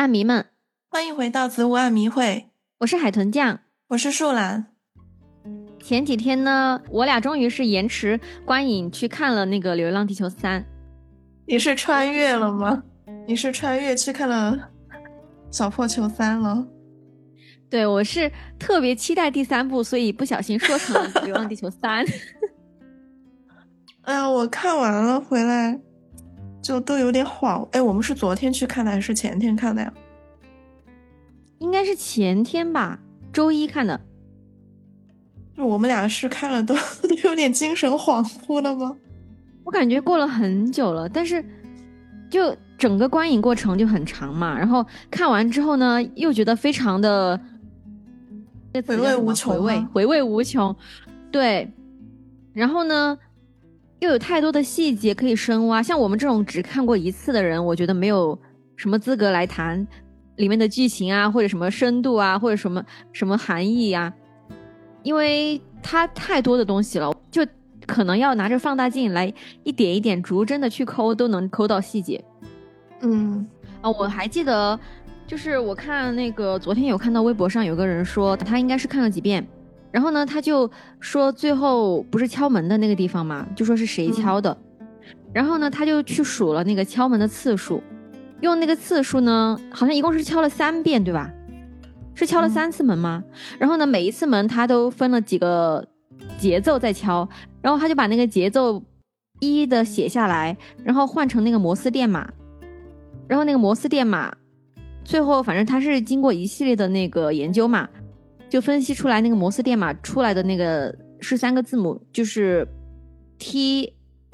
案迷们， 欢迎回到子午案迷会， 我是海豚酱， 我是树懒。 前几天呢，我俩终于是延迟观影去看了那个《流浪地球3》。 你是穿越了吗？你是穿越去看了小破球3了？ 对，我是特别期待第3部，所以不小心说成了《流浪地球3》。 哎呀，我看完了回来就都有点晃。哎，我们是昨天去看的还是前天看的呀？ 应该是前天吧，周一看的。 我们俩是看了都有点精神恍惚了吗？ 我感觉过了很久了，但是就整个观影过程就很长嘛，然后看完之后呢，又觉得非常的回味无穷， 回味无穷。对，然后呢，又有太多的细节可以深挖，像我们这种只看过一次的人，我觉得没有什么资格来谈里面的剧情啊，或者什么深度啊，或者什么含义啊，因为它太多的东西了，就可能要拿着放大镜来一点一点逐帧的去抠，都能抠到细节。我还记得，就是我看那个昨天有看到微博上有个人说他应该是看了几遍，然后呢他就说最后不是敲门的那个地方嘛，就说是谁敲的，然后呢他就去数了那个敲门的次数，用那个次数呢好像一共是敲了3遍对吧，是敲了3次门吗？然后呢每一次门他都分了几个节奏在敲，然后他就把那个节奏一一的写下来，然后换成那个摩斯电码，然后那个摩斯电码最后反正他是经过一系列的那个研究嘛，就分析出来那个摩斯电码出来的那个是3个字母，就是 THY，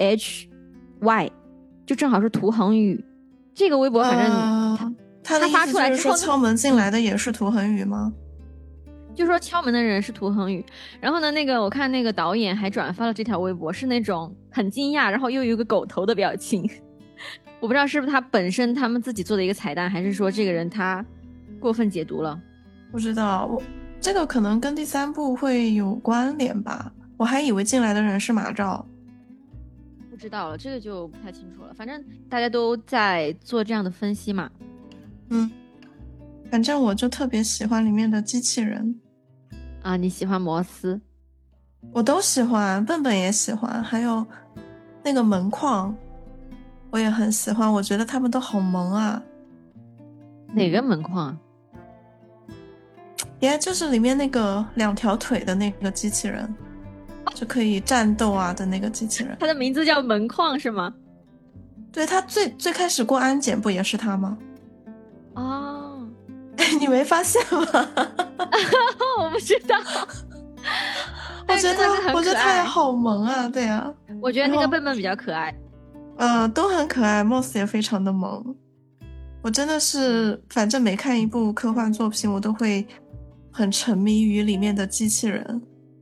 就正好是图恒语。这个微博反正他发出来之后，敲门进来的也是图恒语吗？ 就说敲门的人是图恒宇，然后呢，那个我看那个导演还转发了这条微博，是那种很惊讶，然后又有一个狗头的表情。我不知道是不是他本身他们自己做的一个彩蛋，还是说这个人他过分解读了。 不知道，这个可能跟第3部会有关联吧，我还以为进来的人是马照。 不知道了，这个就不太清楚了，反正大家都在做这样的分析嘛。 反正我就特别喜欢里面的机器人啊，你喜欢摩斯？ 我都喜欢，笨笨也喜欢，还有那个门框我也很喜欢，我觉得他们都好萌啊。 哪个门框？ 就是里面那个2条腿的那个机器人，就可以战斗啊的那个机器人。 他的名字叫门框是吗？ 对，他最开始过安检不也是他吗？ 哦， 你没发现吗？ 我不知道。 我觉得他也好萌啊。对啊， 我觉得那个笨笨比较可爱。 都很可爱， Moss 也非常的萌。我真的是反正每看一部科幻作品我都会很沉迷于里面的机器人。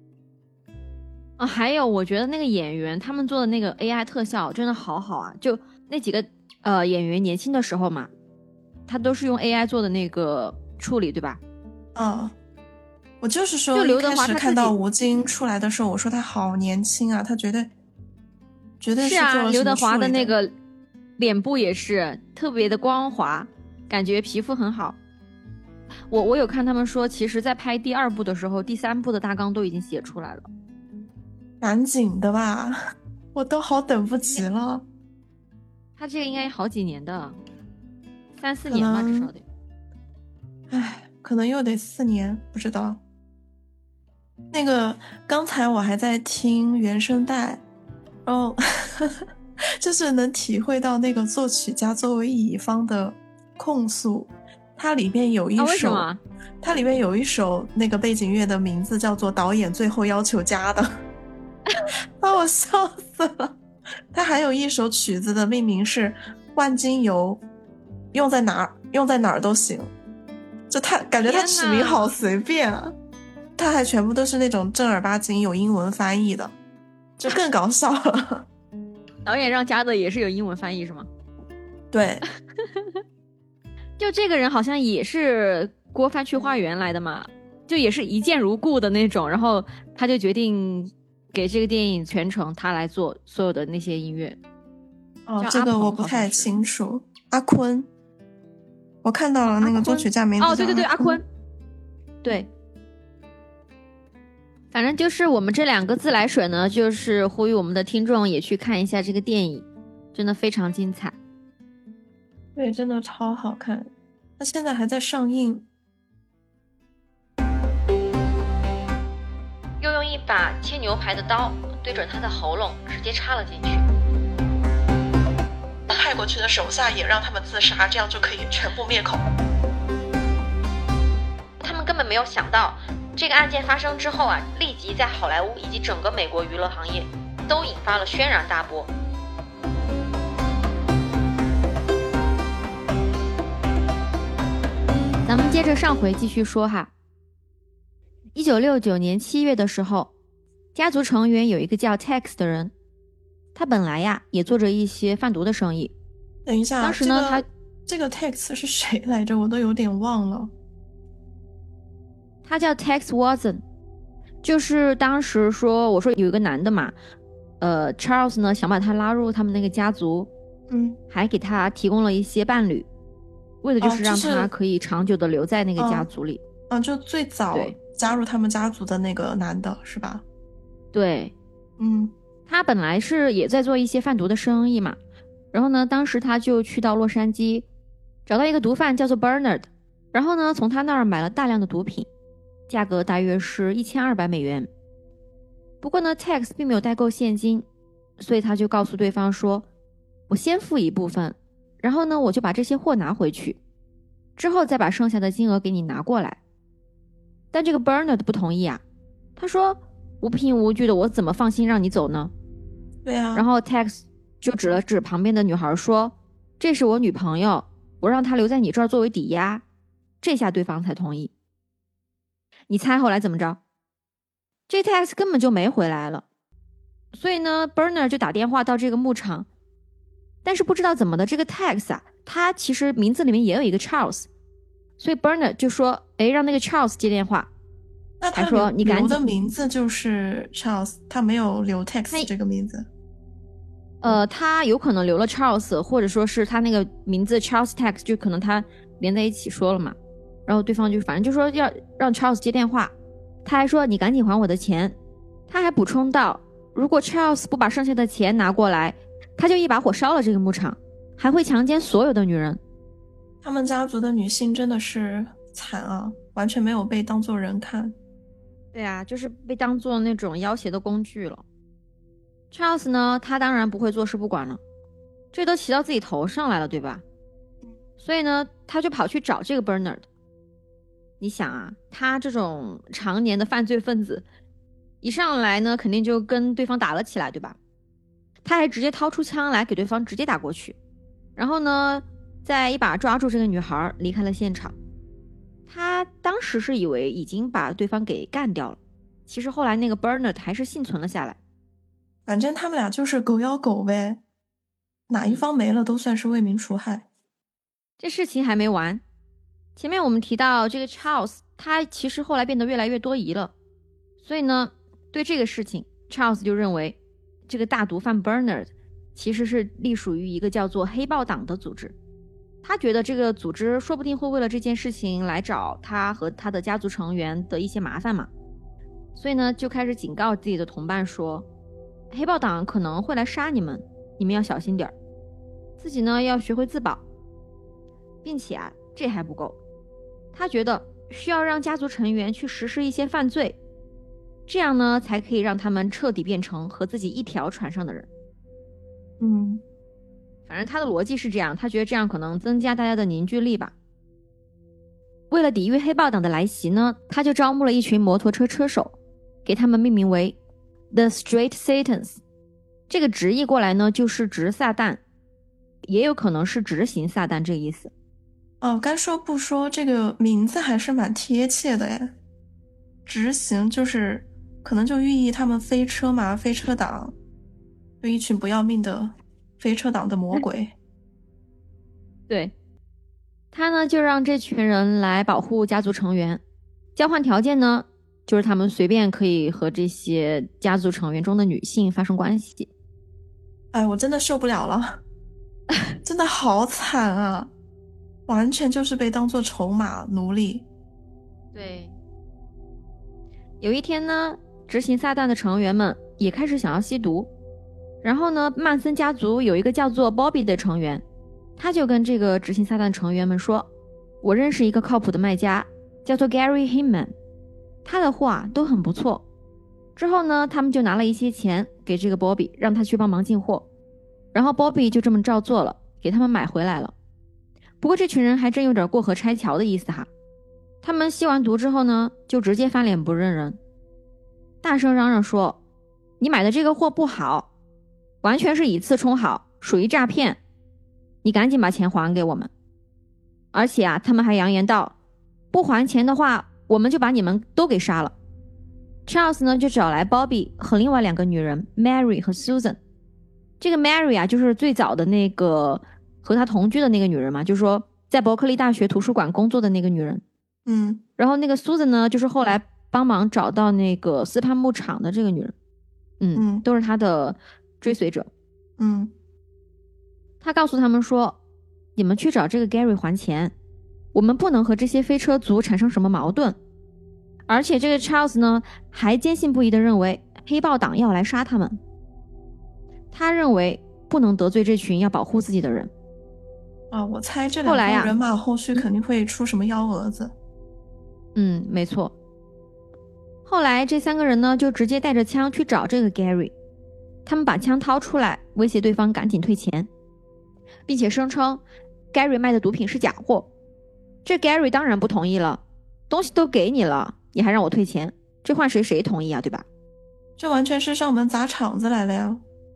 还有我觉得那个演员他们做的那个 AI 特效真的好好啊，就那几个演员年轻的时候嘛，他都是用 AI 做的那个处理对吧？ 我就是说一开始看到吴京出来的时候，我说他好年轻啊，他绝对是做了什么处理的。 是啊，刘德华的那个脸部也是特别的光滑，感觉皮肤很好。我有看他们说，其实在拍第2部的时候，第3部的大纲都已经写出来了。 赶紧的吧，我都好等不及了。 他这个应该好几年的，3、4年吧，至少得。 可能又得4年，不知道。那个刚才我还在听原声带，然后就是能体会到那个作曲家作为乙方的控诉。它里面有一首， 为什么？ 它里面有一首那个背景乐的名字叫做《导演最后要求加的》，把我笑死了。它还有一首曲子的命名是万金油，用在哪儿都行。就他感觉他取名好随便啊，他还全部都是那种正儿八经有英文翻译的，就更搞笑了。 导演让加的也是有英文翻译是吗？ 对。 就这个人好像也是郭帆去花园来的嘛，就也是一见如故的那种，然后他就决定给这个电影全程他来做所有的那些音乐。 这个我不太清楚。阿坤。 我看到了那个作曲家名字。 哦，对对对，阿坤。对，反正就是我们这2个自来水呢，就是呼吁我们的听众也去看一下这个电影，真的非常精彩。 对，真的超好看，它现在还在上映。 又用一把切牛排的刀对准他的喉咙，直接插了进去。 派过去的手下也让他们自杀，这样就可以全部灭口。 他们根本没有想到，这个案件发生之后啊，立即在好莱坞以及整个美国娱乐行业都引发了轩然大波。咱们接着上回继续说哈。1969年7月的时候，家族成员有一个叫 Tex 的人，他本来呀也做着一些贩毒的生意。 等一下， 当时呢， 这个 Tex 是谁来着？我都有点忘了。 他叫 Tex Watson， 就是当时我说有一个男的嘛，Charles 呢想把他拉入他们那个家族，还给他提供了一些伴侣，为的就是让他可以长久的留在那个家族里。 就最早加入他们家族的那个男的是吧？ 对，他本来是也在做一些贩毒的生意嘛，然后呢，当时他就去到洛杉矶，找到一个毒贩叫做 Bernard， 然后呢，从他那儿买了大量的毒品，价格大约是1200美元。不过呢 Tex 并没有带够现金，所以他就告诉对方说，我先付一部分，然后呢，我就把这些货拿回去，之后再把剩下的金额给你拿过来。但这个 Bernard 不同意啊，他说无凭无据的，我怎么放心让你走呢？ 对啊。 然后 Tex 就指了指旁边的女孩说，这是我女朋友，我让她留在你这儿作为抵押。这下对方才同意。你猜后来怎么着？这 Tex 根本就没回来了。所以呢 Bernard 就打电话到这个牧场，但是不知道怎么的，这个 Tex 啊，他其实名字里面也有一个 Charles， 所以 Bernard 就说让那个 Charles 接电话。 那他说你留的名字就是 Charles， 他没有留 Tex 这个名字。 他有可能留了 Charles， 或者说是他那个名字 Charles Tex 就可能他连在一起说了嘛，然后对方就反正就说要让 Charles 接电话，他还说你赶紧还我的钱，他还补充到如果 Charles 不把剩下的钱拿过来，他就一把火烧了这个牧场，还会强奸所有的女人。 他们家族的女性真的是惨啊，完全没有被当作人看。 对啊，就是被当作那种要挟的工具了。Charles 呢，他当然不会坐视不管了，这都骑到自己头上来了，对吧？所以呢，他就跑去找这个 Bernard。你想啊，他这种常年的犯罪分子，一上来呢，肯定就跟对方打了起来，对吧？他还直接掏出枪来给对方直接打过去，然后呢，再一把抓住这个女孩，离开了现场。他当时是以为已经把对方给干掉了，其实后来那个 Bernard 还是幸存了下来。 反正他们俩就是狗咬狗呗，哪一方没了都算是为民除害。 这事情还没完，前面我们提到这个 Charles 他其实后来变得越来越多疑了，所以呢，对这个事情 Charles 就认为这个大毒贩 Bernard 其实是隶属于一个叫做黑豹党的组织，他觉得这个组织说不定会为了这件事情来找他和他的家族成员的一些麻烦嘛，所以呢就开始警告自己的同伴说，黑豹党可能会来杀你们，你们要小心点，自己呢要学会自保，并且啊这还不够，他觉得需要让家族成员去实施一些犯罪，这样呢才可以让他们彻底变成和自己一条船上的人。反正他的逻辑是这样，他觉得这样可能增加大家的凝聚力吧。为了抵御黑豹党的来袭呢，他就招募了一群摩托车车手，给他们命名为 The Street Satans， 这个直译过来呢就是直撒旦，也有可能是执行撒旦这个意思。 该说不说，这个名字还是蛮贴切的耶。执行就是可能就寓意他们飞车嘛，飞车党就一群不要命的飞车党的魔鬼。 对，他呢就让这群人来保护家族成员，交换条件呢就是他们随便可以和这些家族成员中的女性发生关系。 我真的受不了了真的好惨啊， 完全就是被当作筹码奴隶。 对，有一天呢，执行撒旦的成员们也开始想要吸毒，然后呢，曼森家族有一个叫做 Bobby 的成员，他就跟这个执行撒旦成员们说，我认识一个靠谱的卖家，叫做 Gary Hinman， 他的货啊都很不错。之后呢，他们就拿了一些钱给这个 Bobby， 让他去帮忙进货，然后 Bobby 就这么照做了，给他们买回来了。不过这群人还真有点过河拆桥的意思哈。他们吸完毒之后呢，就直接翻脸不认人，大声嚷嚷说，你买的这个货不好，完全是以次充好，属于诈骗，你赶紧把钱还给我们。而且啊，他们还扬言道，不还钱的话，我们就把你们都给杀了。Charles 呢就找来 Bobby 和另外2个女人 Mary 和 Susan。 这个 Mary 啊就是最早的那个和他同居的那个女人嘛，就是说在伯克利大学图书馆工作的那个女人。然后那个 Susan 呢就是后来帮忙找到那个斯潘牧场的这个女人。都是他的追随者。他告诉他们说，你们去找这个 Gary 还钱，我们不能和这些飞车族产生什么矛盾。而且这个 Charles 呢还坚信不疑地认为黑豹党要来杀他们，他认为不能得罪这群要保护自己的人。 我猜这两个人马后续肯定会出什么幺蛾子。 没错。后来这3个人呢就直接带着枪去找这个 Gary， 他们把枪掏出来威胁对方赶紧退钱，并且声称 Gary 卖的毒品是假货。这 Gary 当然不同意了，东西都给你了，你还让我退钱，这换谁同意啊，对吧？ 这完全是上门砸场子来了呀。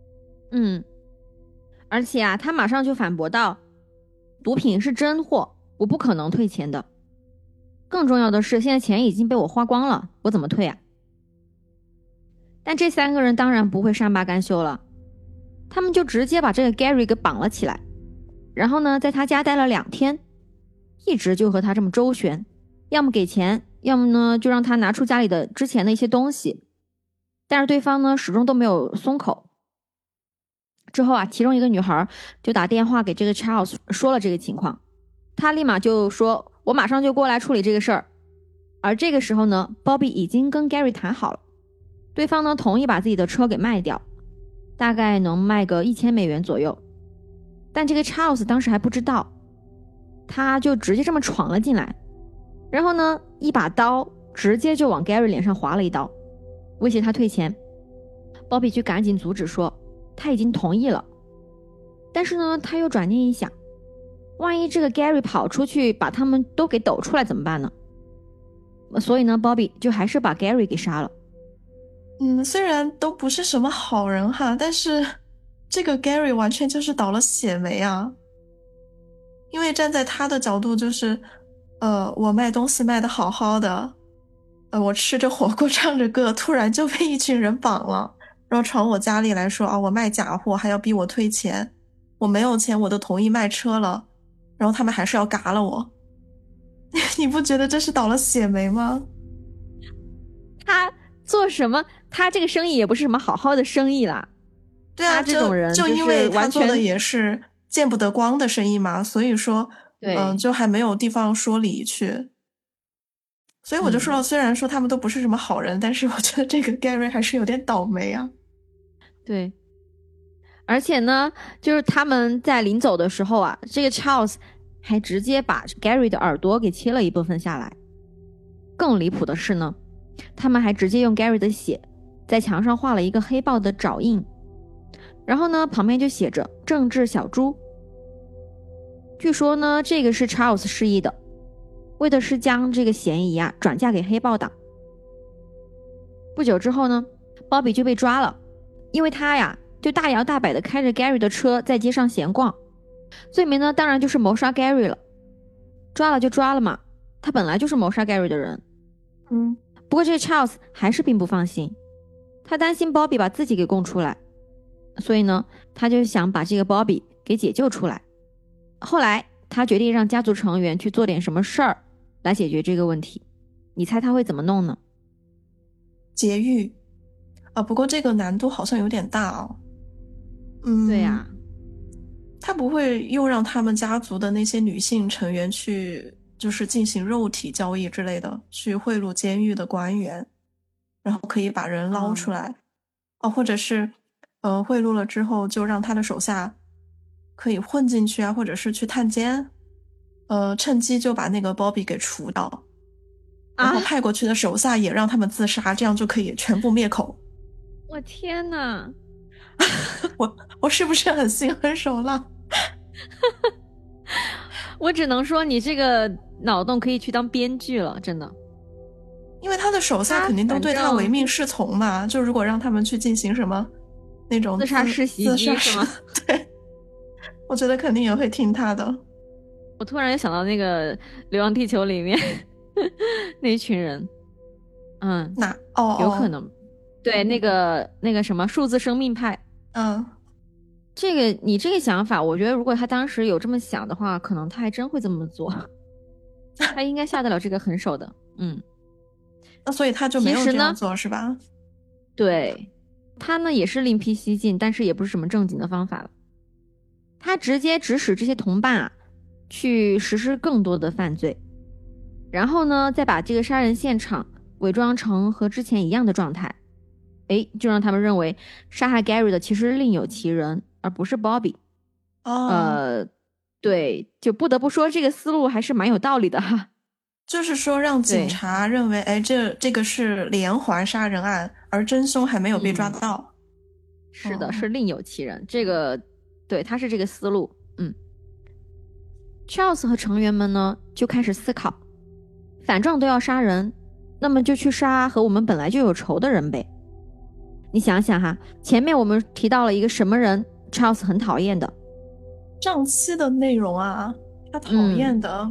而且啊，他马上就反驳道，毒品是真货，我不可能退钱的。更重要的是，现在钱已经被我花光了，我怎么退啊？但这3个人当然不会善罢甘休了，他们就直接把这个 Gary 给绑了起来，然后呢，在他家待了2天，一直就和他这么周旋，要么给钱，要么呢就让他拿出家里的之前的一些东西，但是对方呢始终都没有松口。之后啊，其中一个女孩就打电话给这个 Charles 说了这个情况，他立马就说，我马上就过来处理这个事儿。而这个时候呢 Bobby 已经跟 Gary 谈好了，对方呢同意把自己的车给卖掉，大概能卖个$1000左右。但这个 Charles 当时还不知道，他就直接这么闯了进来，然后呢一把刀直接就往 Gary 脸上划了一刀，威胁他退钱。 Bobby 就赶紧阻止说他已经同意了，但是呢他又转念一想，万一这个 Gary 跑出去把他们都给抖出来怎么办呢？所以呢 Bobby 就还是把 Gary 给杀了。 虽然都不是什么好人哈，但是这个 Gary 完全就是倒了血霉啊。因为站在他的角度就是我卖东西卖得好好的，我吃着火锅唱着歌，突然就被一群人绑了，然后闯我家里来说我卖假货还要逼我退钱，我没有钱我都同意卖车了，然后他们还是要嘎了我。你不觉得这是倒了血霉吗？ 他做什么？他这个生意也不是什么好好的生意啦。 对啊， 他这种人就因为他做的也是见不得光的生意嘛，所以说就还没有地方说理去。所以我就说了，虽然说他们都不是什么好人，但是我觉得这个 Gary 还是有点倒霉啊。 对，而且呢就是他们在临走的时候啊，这个 Charles 还直接把 Gary 的耳朵给切了一部分下来。更离谱的是呢，他们还直接用 Gary 的血在墙上画了一个黑豹的爪印，然后呢旁边就写着政治小猪。据说呢这个是 Charles 示意的，为的是将这个嫌疑转嫁给黑豹党。不久之后呢 Bobby 就被抓了，因为他就大摇大摆的开着 Gary 的车在街上闲逛，罪名呢当然就是谋杀 Gary 了。抓了就抓了嘛，他本来就是谋杀 Gary 的人。不过这 Charles 还是并不放心，他担心 Bobby 把自己给供出来，所以呢他就想把这个 Bobby 给解救出来。后来他决定让家族成员去做点什么事儿来解决这个问题，你猜他会怎么弄呢？ 劫狱不过这个难度好像有点大哦。 对呀， 他不会又让他们家族的那些女性成员去就是进行肉体交易之类的，去贿赂监狱的官员，然后可以把人捞出来，或者是贿赂了之后就让他的手下可以混进去啊，或者是去探监，趁机就把那个 Bobby 给除掉，然后派过去的手下也让他们自杀，这样就可以全部灭口。 我天哪！ 我是不是很心狠手辣？ 我只能说你这个脑洞可以去当编剧了，真的。 因为他的手下肯定都对他唯命是从嘛，就如果让他们去进行什么那种自杀式袭击是吗？ 对，我觉得肯定也会听他的。 我突然又想到那个《流浪地球》里面那一群人， 有可能，对，那个什么数字生命派，你这个想法，我觉得如果他当时有这么想的话，可能他还真会这么做，他应该下得了这个狠手的， 那所以他就没有这样做是吧？ 对，他呢也是另辟蹊径，但是也不是什么正经的方法了，他直接指使这些同伴去实施更多的犯罪，然后呢再把这个杀人现场伪装成和之前一样的状态，就让他们认为杀害 Gary 的其实另有其人，而不是 Bobby。对，就不得不说这个思路还是蛮有道理的哈。 就是说让警察认为，这个是连环杀人案，而真凶还没有被抓到。 是的，是另有其人。这个，对，他是这个思路。Charles 和成员们呢就开始思考，反正都要杀人，那么就去杀和我们本来就有仇的人呗。你想想哈，前面我们提到了一个什么人 Charles 很讨厌的， 上期的内容啊，他讨厌的，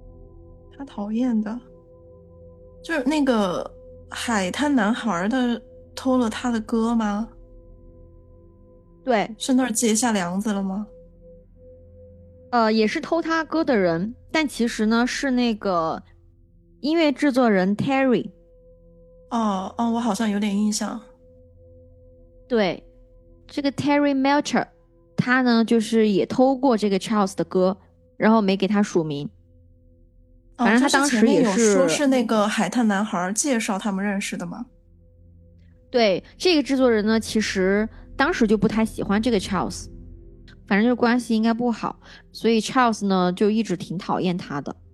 就是那个海滩男孩的偷了他的歌吗？ 对， 是那儿结下梁子了吗？ 也是偷他歌的人，但其实呢是那个音乐制作人 Terry。 我好像有点印象。 对，这个 Terry Melcher， 他呢就是也偷过这个 Charles 的歌，然后没给他署名。反正他当时也是说是那个海滩男孩介绍他们认识的吗？ 对，这个制作人呢其实当时就不太喜欢这个 Charles， 反正就是关系应该不好，所以 Charles 呢就一直挺讨厌他的。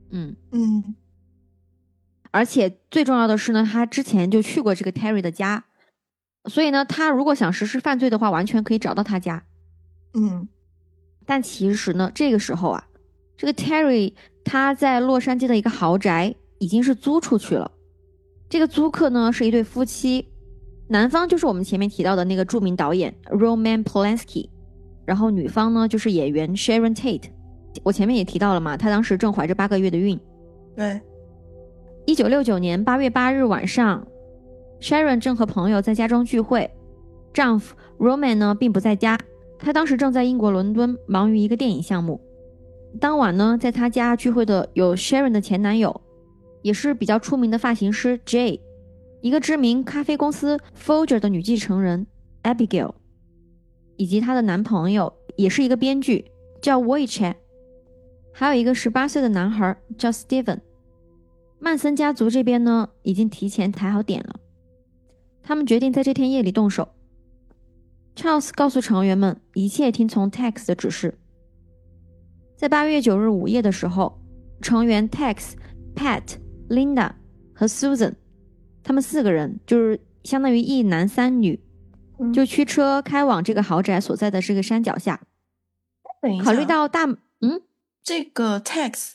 而且最重要的是呢，他之前就去过这个 Terry 的家，所以呢他如果想实施犯罪的话，完全可以找到他家。但其实呢这个时候啊，这个 Terry 他在洛杉矶的一个豪宅已经是租出去了，这个租客呢是一对夫妻，男方就是我们前面提到的那个著名导演 Roman Polanski， 然后女方呢就是演员 Sharon Tate。 我前面也提到了嘛，她当时正怀着8个月的孕。 对 ，1969年8月8日晚上， Sharon 正和朋友在家中聚会，丈夫 Roman 呢并不在家，他当时正在英国伦敦忙于一个电影项目。当晚呢，在他家聚会的有 Sharon 的前男友，也是比较出名的发型师 Jay， 一个知名咖啡公司 Folger 的女继承人 Abigail， 以及她的男朋友也是一个编剧叫 Wojciech， 还有一个18岁的男孩叫 Steven。 曼森家族这边呢已经提前抬好点了，他们决定在这天夜里动手。 Charles 告诉成员们一切听从 Tex 的指示。在8月9日午夜的时候，成员 Tex、Pat、Linda 和 Susan 他们4个人，就是相当于1男3女，就驱车开往这个豪宅所在的这个山脚下。 等一下， 考虑到这个 Tex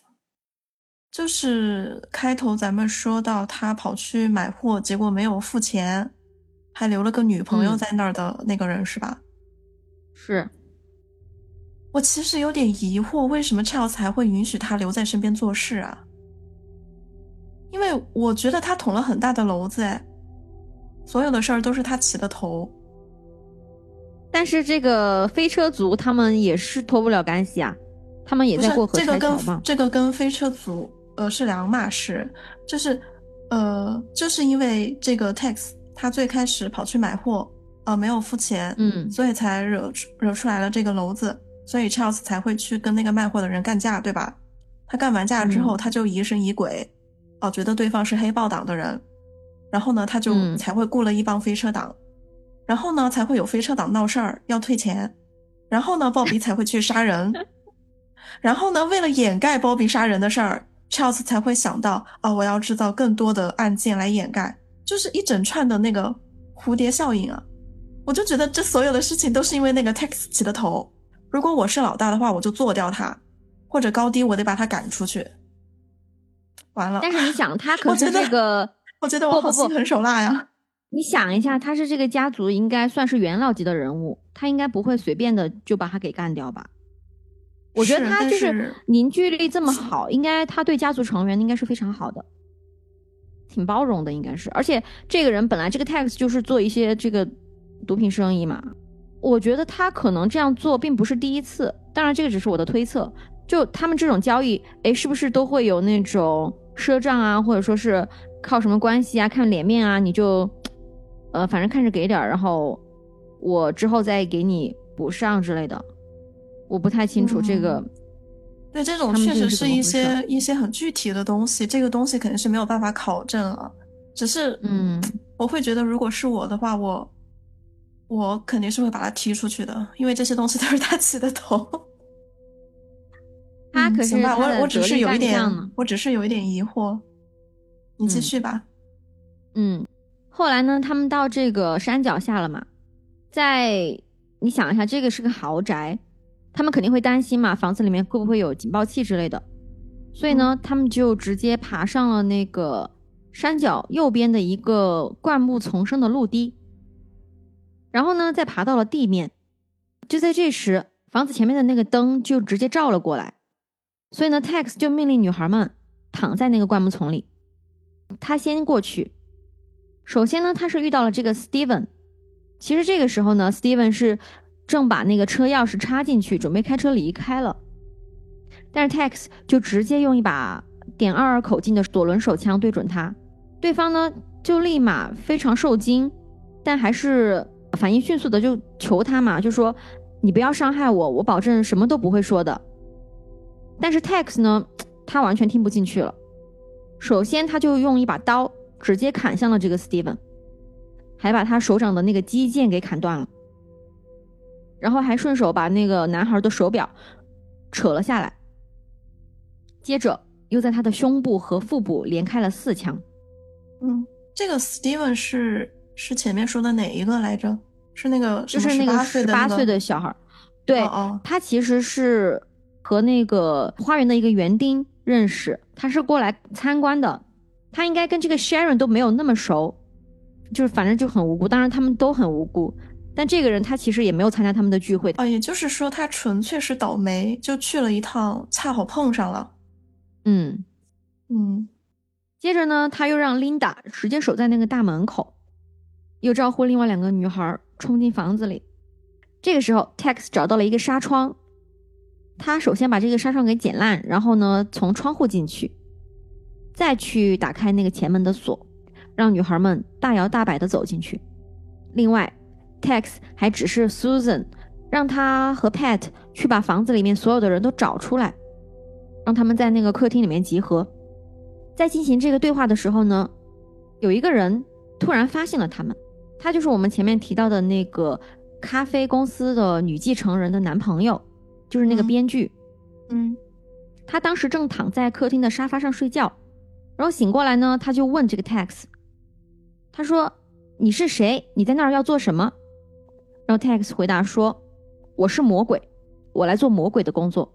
就是开头咱们说到他跑去买货，结果没有付钱，还留了个女朋友在那儿的那个人是吧？ 是。 我其实有点疑惑，为什么 Charles 还会允许他留在身边做事啊？因为我觉得他捅了很大的篓子，所有的事儿都是他起的头。 但是这个飞车族他们也是脱不了干系啊，他们也在过河拆桥嘛。 这个跟飞车族是两码事，就是因为这个 Tex 他最开始跑去买货没有付钱，所以才惹出来了这个篓子。 所以 Charles 才会去跟那个卖货的人干架，对吧？他干完架之后，他就疑神疑鬼，觉得对方是黑豹党的人，然后呢，他就才会雇了一帮飞车党，然后呢，才会有飞车党闹事儿要退钱，然后呢，鲍比才会去杀人，然后呢，为了掩盖鲍比杀人的事儿，Charles 才会想到我要制造更多的案件来掩盖，就是一整串的那个蝴蝶效应啊！我就觉得这所有的事情都是因为那个 Tex 起的头。如果我是老大的话，我就做掉他，或者高低我得把他赶出去。完了。 但是你想，他可是这个， 我觉得我好心狠手辣呀。 你想一下，他是这个家族应该算是元老级的人物，他应该不会随便的就把他给干掉吧？我觉得他就是凝聚力这么好，应该他对家族成员应该是非常好的，挺包容的应该是。而且这个人本来这个 Tex 就是做一些这个毒品生意嘛，我觉得他可能这样做并不是第一次，当然这个只是我的推测。就他们这种交易，是不是都会有那种赊账啊，或者说是靠什么关系啊，看脸面啊，你就反正看着给点，然后我之后再给你补上之类的。我不太清楚这个。 对，这种确实是一些很具体的东西，这个东西肯定是没有办法考证了。只是我会觉得如果是我的话，我肯定是会把他踢出去的，因为这些东西都是他起的头。 他可是他的我只是有一点疑惑。你继续吧。 后来呢，他们到这个山脚下了嘛，你想一下，这个是个豪宅，他们肯定会担心嘛，房子里面会不会有警报器之类的，所以呢，他们就直接爬上了那个山脚右边的一个灌木丛生的路堤，然后呢，再爬到了地面。就在这时，房子前面的那个灯就直接照了过来，所以呢 Tex 就命令女孩们躺在那个灌木丛里。他先过去，首先呢，他是遇到了这个 Steven。 其实这个时候呢， Steven 是正把那个车钥匙插进去准备开车离开了，但是 Tex 就直接用一把.22口径的左轮手枪对准他，对方呢就立马非常受惊，但还是反应迅速的就求他嘛，就说你不要伤害我，我保证什么都不会说的。但是 Tex 呢，他完全听不进去了，首先他就用一把刀直接砍向了这个 Steven， 还把他手掌的那个肌腱给砍断了，然后还顺手把那个男孩的手表扯了下来，接着又在他的胸部和腹部连开了4枪。 这个 Steven 是前面说的哪一个来着？是那个就是那个18岁的小孩。对，他其实是和那个花园的一个园丁认识，他是过来参观的，他应该跟这个 Sharon 都没有那么熟，就是反正就很无辜，当然他们都很无辜，但这个人他其实也没有参加他们的聚会。 也就是说他纯粹是倒霉，就去了一趟恰好碰上了。 接着呢，他又让 Linda 直接守在那个大门口，又招呼另外2个女孩冲进房子里。这个时候 Tex 找到了一个纱窗，他首先把这个纱窗给剪烂，然后呢从窗户进去，再去打开那个前门的锁，让女孩们大摇大摆地走进去。另外 Tex 还指示 Susan 让他和 Pat 去把房子里面所有的人都找出来，让他们在那个客厅里面集合。在进行这个对话的时候呢，有一个人突然发现了他们，他就是我们前面提到的那个咖啡公司的女继承人的男朋友，就是那个编剧。他当时正躺在客厅的沙发上睡觉，然后醒过来呢，他就问这个 Tex， 他说你是谁？你在那儿要做什么？然后 Tex 回答说我是魔鬼，我来做魔鬼的工作。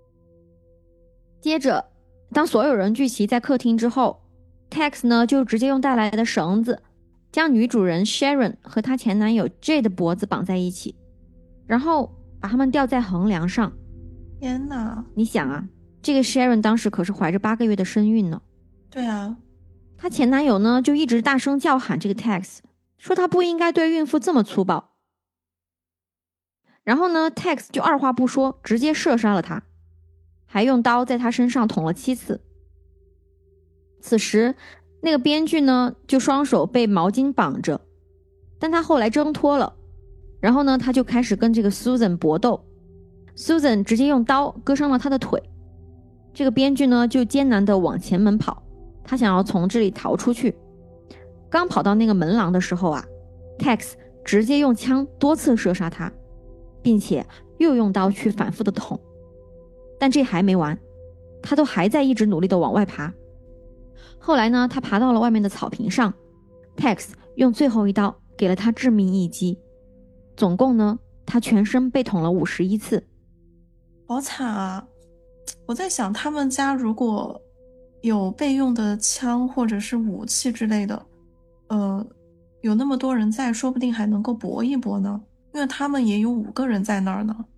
接着当所有人聚齐在客厅之后， Tex 呢就直接用带来的绳子将女主人 Sharon 和她前男友 Jay 的脖子绑在一起，然后把他们吊在横梁上。 天哪， 你想啊，这个 Sharon 当时可是怀着8个月的身孕呢。 对啊， 她前男友呢就一直大声叫喊这个 Tex， 说他不应该对孕妇这么粗暴。然后呢 Tex 就二话不说直接射杀了他，还用刀在他身上捅了7次。此时那个编剧呢就双手被毛巾绑着，但他后来挣脱了，然后呢他就开始跟这个 Susan 搏斗。 Susan 直接用刀割伤了他的腿。这个编剧呢就艰难地往前门跑，他想要从这里逃出去。刚跑到那个门廊的时候啊， Tex 直接用枪多次射杀他，并且又用刀去反复的捅。但这还没完，他都还在一直努力的往外爬。后来呢，他爬到了外面的草坪上， Tex 用最后一刀给了他致命一击。总共呢，他全身被捅了51次。 好惨啊！我在想，他们家如果有备用的枪或者是武器之类的，有那么多人在，说不定还能够搏一搏呢。因为他们也有5个人在那儿呢。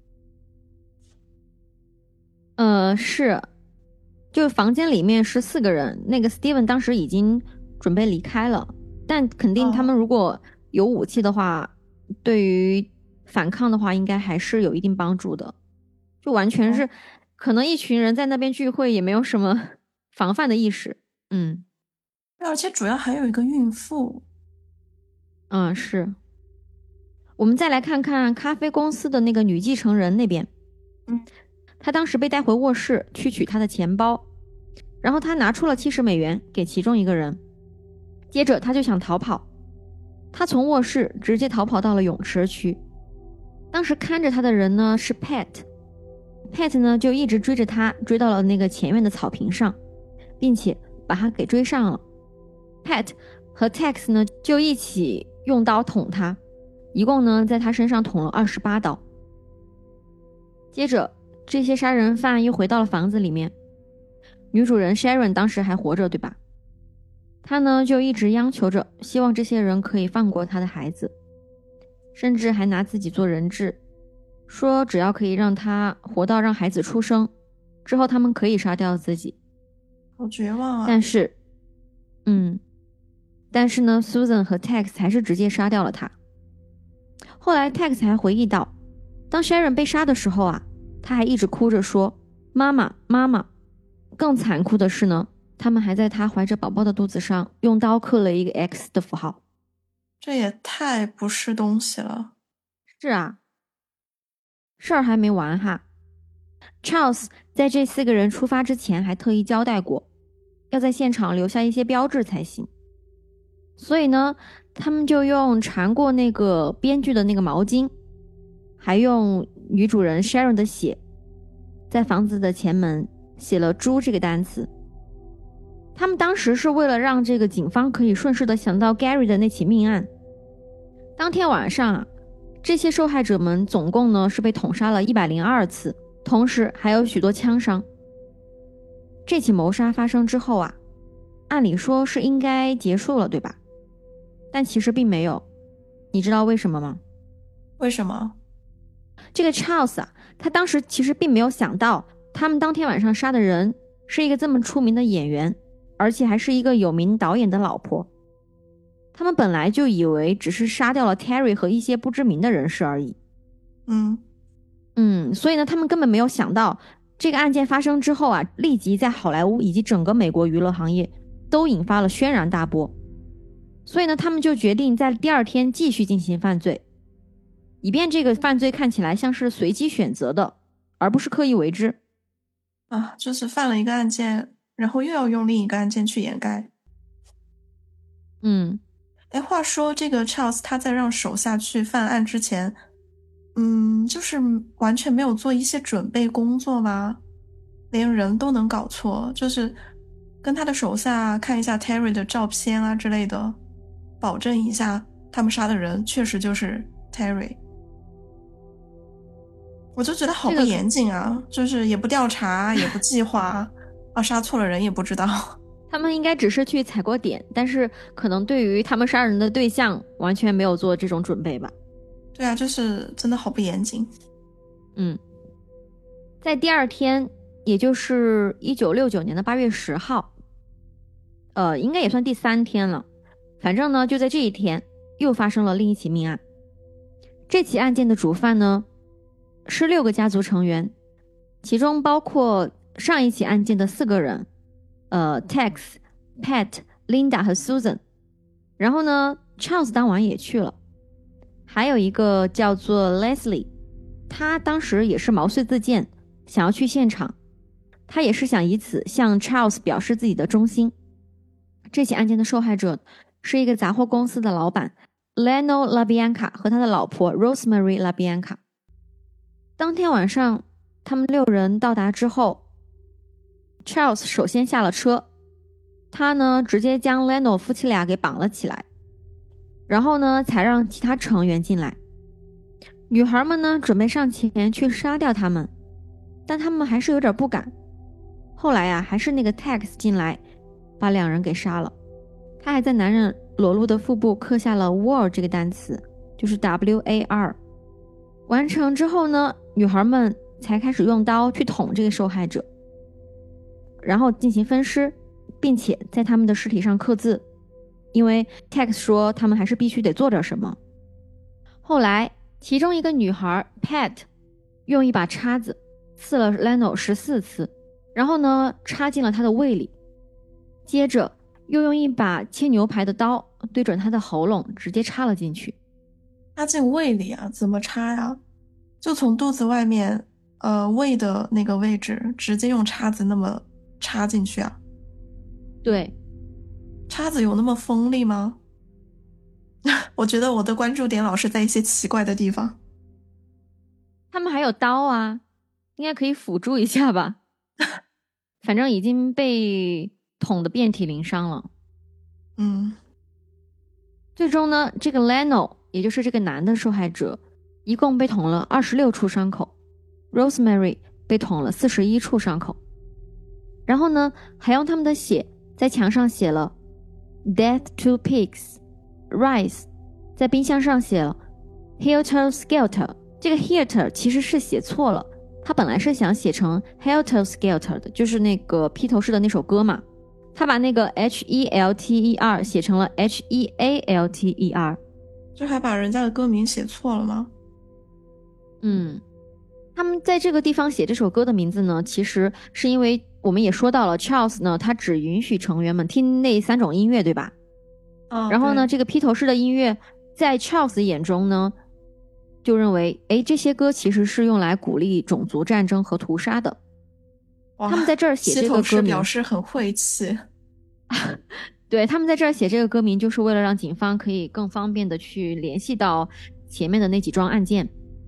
是，就房间里面是4个人，那个 Steven 当时已经准备离开了，但肯定他们如果有武器的话，对于反抗的话，应该还是有一定帮助的。就完全是，可能一群人在那边聚会，也没有什么防范的意识。 而且主要还有一个孕妇。 是。我们再来看看咖啡公司的那个女继承人那边。她当时被带回卧室去取她的钱包，然后她拿出了$70给其中一个人，接着她就想逃跑。她从卧室直接逃跑到了泳池区。当时看着她的人呢是 Pat 呢就一直追着她，追到了那个前院的草坪上，并且把她给追上了。Pat 和 Tex 呢就一起用刀捅她，一共呢在她身上捅了28刀。接着这些杀人犯又回到了房子里面，女主人 Sharon 当时还活着，对吧？她呢就一直央求着，希望这些人可以放过她的孩子，甚至还拿自己做人质，说只要可以让她活到让孩子出生之后，他们可以杀掉自己。 好绝望啊！ 但是呢 Susan 和 Tex 还是直接杀掉了她。后来 Tex 还回忆到，当 Sharon 被杀的时候啊，他还一直哭着说妈妈妈妈。更残酷的是呢，他们还在他怀着宝宝的肚子上用刀刻了一个 X 的符号。 这也太不是东西了。 是啊，事儿还没完哈。Charles 在这4个人出发之前还特意交代过，要在现场留下一些标志才行。所以呢，他们就用缠过那个编剧的那个毛巾，还用女主人 Sharon 的血，在房子的前门写了猪这个单词。他们当时是为了让这个警方可以顺势的想到 Gary 的那起命案。当天晚上啊，这些受害者们总共呢是被捅杀了102次，同时还有许多枪伤。这起谋杀发生之后啊，按理说是应该结束了，对吧？但其实并没有。你知道为什么吗？ 为什么？ 这个 Charles 啊，他当时其实并没有想到，他们当天晚上杀的人是一个这么出名的演员，而且还是一个有名导演的老婆。他们本来就以为只是杀掉了 Terry 和一些不知名的人士而已。所以呢，他们根本没有想到，这个案件发生之后啊，立即在好莱坞以及整个美国娱乐行业都引发了轩然大波。所以呢，他们就决定在第2天继续进行犯罪，以便这个犯罪看起来像是随机选择的，而不是刻意为之。 就是犯了一个案件，然后又要用另一个案件去掩盖。话说这个 Charles 他在让手下去犯案之前，就是完全没有做一些准备工作吗？连人都能搞错，就是跟他的手下看一下 Terry 的照片啊之类的，保证一下他们杀的人确实就是 Terry。我就觉得好不严谨啊，就是也不调查，也不计划，杀错了人也不知道。 他们应该只是去踩过点，但是可能对于他们杀人的对象完全没有做这种准备吧。 对啊，就是真的好不严谨。 在第2天，也就是1969年的8月10号，应该也算第3天了。反正呢，就在这一天，又发生了另一起命案。这起案件的主犯呢，是6个家族成员，其中包括上一起案件的4个人，Tex、Pat、Linda 和 Susan。然后呢 ，Charles 当晚也去了，还有一个叫做 Leslie， 他当时也是毛遂自荐，想要去现场，他也是想以此向 Charles 表示自己的忠心。这起案件的受害者是一个杂货公司的老板 Leno LaBianca 和他的老婆 Rosemary LaBianca。当天晚上他们6人到达之后， Charles 首先下了车，他呢直接将 Leno 夫妻俩给绑了起来，然后呢才让其他成员进来。女孩们呢准备上前去杀掉他们，但他们还是有点不敢。后来啊，还是那个 Tex 进来把2人给杀了。他还在男人裸露的腹部刻下了 war 这个单词，就是 WAR。 完成之后呢，女孩们才开始用刀去捅这个受害者，然后进行分尸，并且在他们的尸体上刻字，因为 Tex 说他们还是必须得做点什么。后来其中一个女孩 Pat 用一把叉子刺了 Leno 14次，然后呢插进了他的胃里，接着又用一把切牛排的刀对准他的喉咙直接插了进去。 插进胃里啊？怎么插呀？就从肚子外面胃的那个位置直接用叉子那么插进去啊？ 对。 叉子有那么锋利吗？我觉得我的关注点老是在一些奇怪的地方。 他们还有刀啊，应该可以辅助一下吧。反正已经被捅得遍体鳞伤了。最终呢，这个 Leno 也就是这个男的受害者一共被捅了26处伤口， Rosemary 被捅了41处伤口。然后呢，还用他们的血在墙上写了 Death to Pigs Rice， 在冰箱上写了 Helter Skelter。 这个 Helter 其实是写错了，他本来是想写成 Helter Skelter 的，就是那个披头士的那首歌嘛，他把那个 Helter 写成了 Healter。 这还把人家的歌名写错了吗？ 他们在这个地方写这首歌的名字呢，其实是因为我们也说到了 Charles 呢，他只允许成员们听那3种音乐，对吧？然后呢，这个披头士的音乐在 Charles 眼中呢，就认为这些歌其实是用来鼓励种族战争和屠杀的。他们在这儿写这个歌名表示很晦气。 对，他们在这儿写这个歌名就是为了让警方可以更方便的去联系到前面的那几桩案件。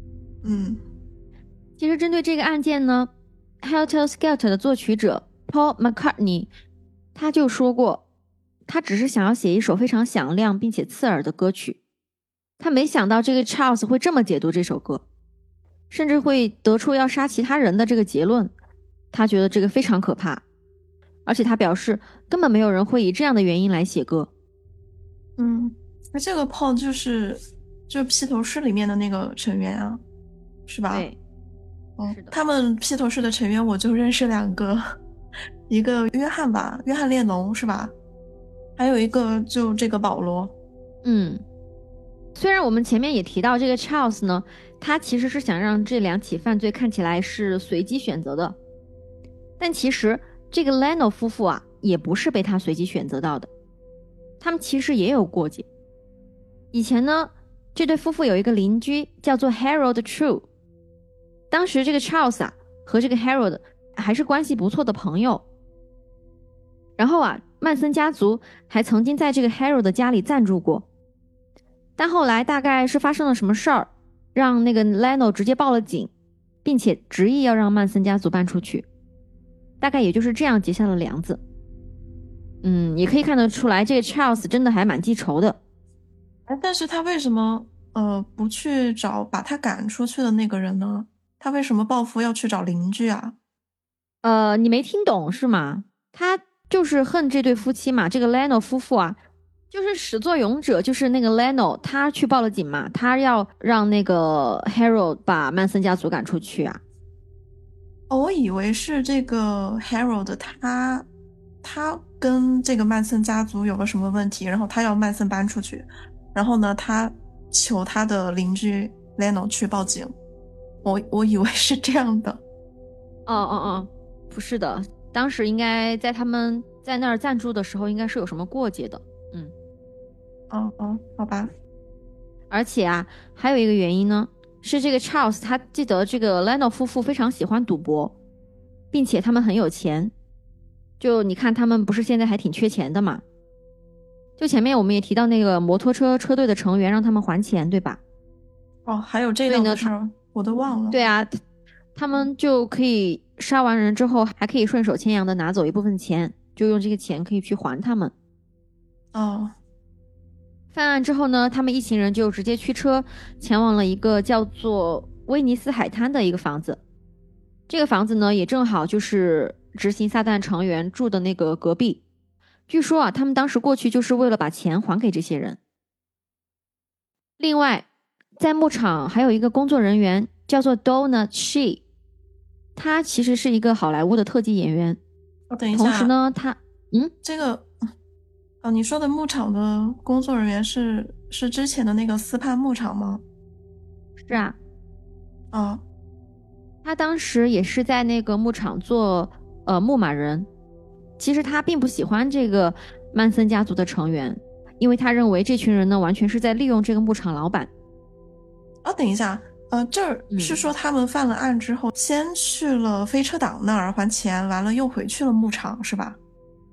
其实针对这个案件呢， Helter Skelter 的作曲者 Paul McCartney 他就说过，他只是想要写一首非常响亮并且刺耳的歌曲，他没想到这个 Charles 会这么解读这首歌，甚至会得出要杀其他人的这个结论。他觉得这个非常可怕，而且他表示根本没有人会以这样的原因来写歌。 那这个 Paul 就是披头士里面的那个成员啊，是吧？ 对，是的。 他们披头士的成员我就认识2个，一个约翰吧，约翰列侬是吧？还有一个就这个保罗。 虽然我们前面也提到这个 Charles 呢，他其实是想让这2起犯罪看起来是随机选择的，但其实这个 Leno 夫妇啊，也不是被他随机选择到的，他们其实也有过节。以前呢，这对夫妇有一个邻居叫做 Harold True， 当时这个 Charles 啊和这个 Harold 还是关系不错的朋友。然后啊，曼森家族还曾经在这个 Harold 的家里暂住过，但后来大概是发生了什么事儿，让那个 Leno 直接报了警，并且执意要让曼森家族搬出去，大概也就是这样结下了梁子。也可以看得出来这个 Charles 真的还蛮记仇的。 但是他为什么不去找把他赶出去的那个人呢？他为什么报复要去找邻居啊？ 你没听懂是吗？他就是恨这对夫妻嘛，这个 Leno 夫妇啊，就是始作俑者就是那个 Leno， 他去报了警嘛，他要让那个 Harold 把曼森家族赶出去啊。 我以为是这个 Harold 他跟这个曼森家族有了什么问题，然后他要曼森搬出去，然后呢他求他的邻居 Leno 去报警。我以为是这样的。 不是的，当时应该在他们在那儿暂住的时候应该是有什么过节的。 好吧。 而且啊，还有一个原因呢， 是这个 Charles 他记得这个 Leno 夫妇非常喜欢赌博，并且他们很有钱。就你看他们不是现在还挺缺钱的嘛？就前面我们也提到那个摩托车车队的成员让他们还钱，对吧？ 哦，还有这档的事儿，我都忘了。 对啊，他们就可以杀完人之后，还可以顺手牵羊的拿走一部分钱，就用这个钱可以去还他们。 哦， 犯案之后呢，他们一行人就直接驱车前往了一个叫做威尼斯海滩的一个房子。这个房子呢，也正好就是执行撒旦成员住的那个隔壁。据说啊，他们当时过去就是为了把钱还给这些人。另外，在牧场还有一个工作人员叫做 Donna She， 他其实是一个好莱坞的特技演员。 等一下， 同时呢，他这个你说的牧场的工作人员是之前的那个斯潘牧场吗？ 是啊。 哦， 他当时也是在那个牧场做牧马人。其实他并不喜欢这个曼森家族的成员，因为他认为这群人呢完全是在利用这个牧场老板。 等一下，这儿是说他们犯了案之后，先去了飞车党那儿还钱，完了又回去了牧场，是吧？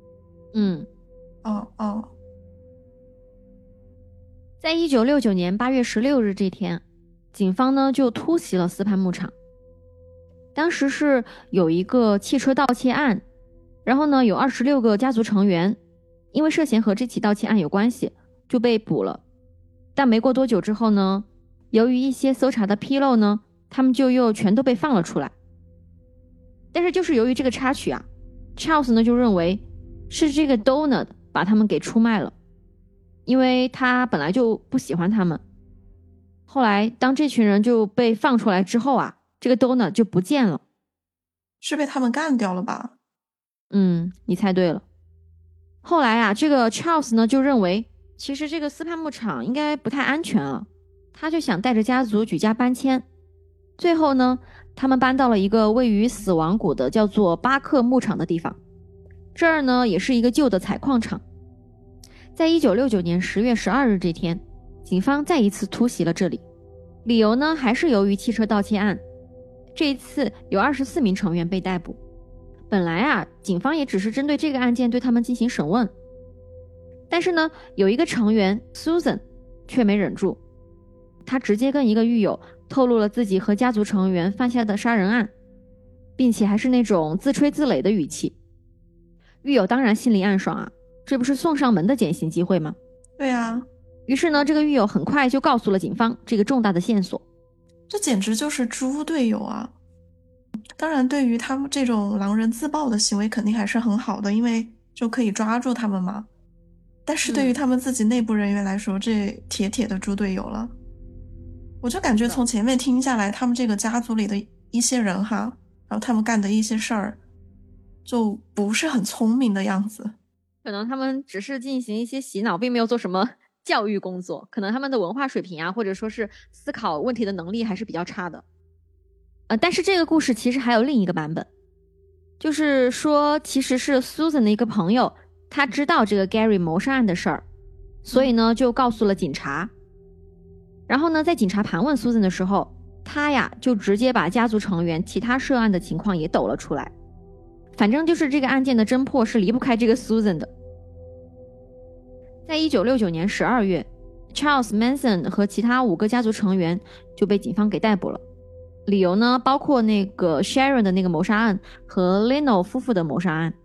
在1969年8月16日这天，警方呢就突袭了斯潘牧场。当时是有一个汽车盗窃案，然后呢有26个家族成员因为涉嫌和这起盗窃案有关系就被捕了。但没过多久之后呢，由于一些搜查的纰漏呢，他们就又全都被放了出来。但是就是由于这个插曲啊， Charles 呢就认为是这个 Donut 把他们给出卖了，因为他本来就不喜欢他们。后来当这群人就被放出来之后啊，这个 Donut 就不见了。 是被他们干掉了吧？ 你猜对了。后来啊，这个 Charles 呢就认为其实这个斯潘牧场应该不太安全了，他就想带着家族举家搬迁。最后呢，他们搬到了一个位于死亡谷的叫做巴克牧场的地方。这儿呢也是一个旧的采矿场。在1969年10月12日这天，警方再一次突袭了这里，理由呢还是由于汽车盗窃案。这一次有24名成员被逮捕。本来啊，警方也只是针对这个案件对他们进行审问，但是呢，有一个成员 Susan 却没忍住，他直接跟一个狱友透露了自己和家族成员犯下的杀人案，并且还是那种自吹自擂的语气。狱友当然心里暗爽啊，这不是送上门的减刑机会吗？ 对啊。 于是呢，这个狱友很快就告诉了警方这个重大的线索。 这简直就是猪队友啊！当然，对于他们这种狼人自爆的行为肯定还是很好的，因为就可以抓住他们嘛。但是对于他们自己内部人员来说，这铁铁的猪队友了。我就感觉从前面听下来，他们这个家族里的一些人哈，然后他们干的一些事儿就不是很聪明的样子。 可能他们只是进行一些洗脑，并没有做什么教育工作，可能他们的文化水平啊，或者说是思考问题的能力还是比较差的。但是这个故事其实还有另一个版本，就是说其实是 Susan 的一个朋友，他知道这个 Gary 谋杀案的事儿，所以呢就告诉了警察。然后呢，在警察盘问 Susan 的时候，他呀就直接把家族成员其他涉案的情况也抖了出来。反正就是这个案件的侦破是离不开这个 Susan 的。在1969年12月 Charles Manson 和其他5个家族成员就被警方给逮捕了。理由呢，包括那个 Sharon 的那个谋杀案和 Leno 夫妇的谋杀案。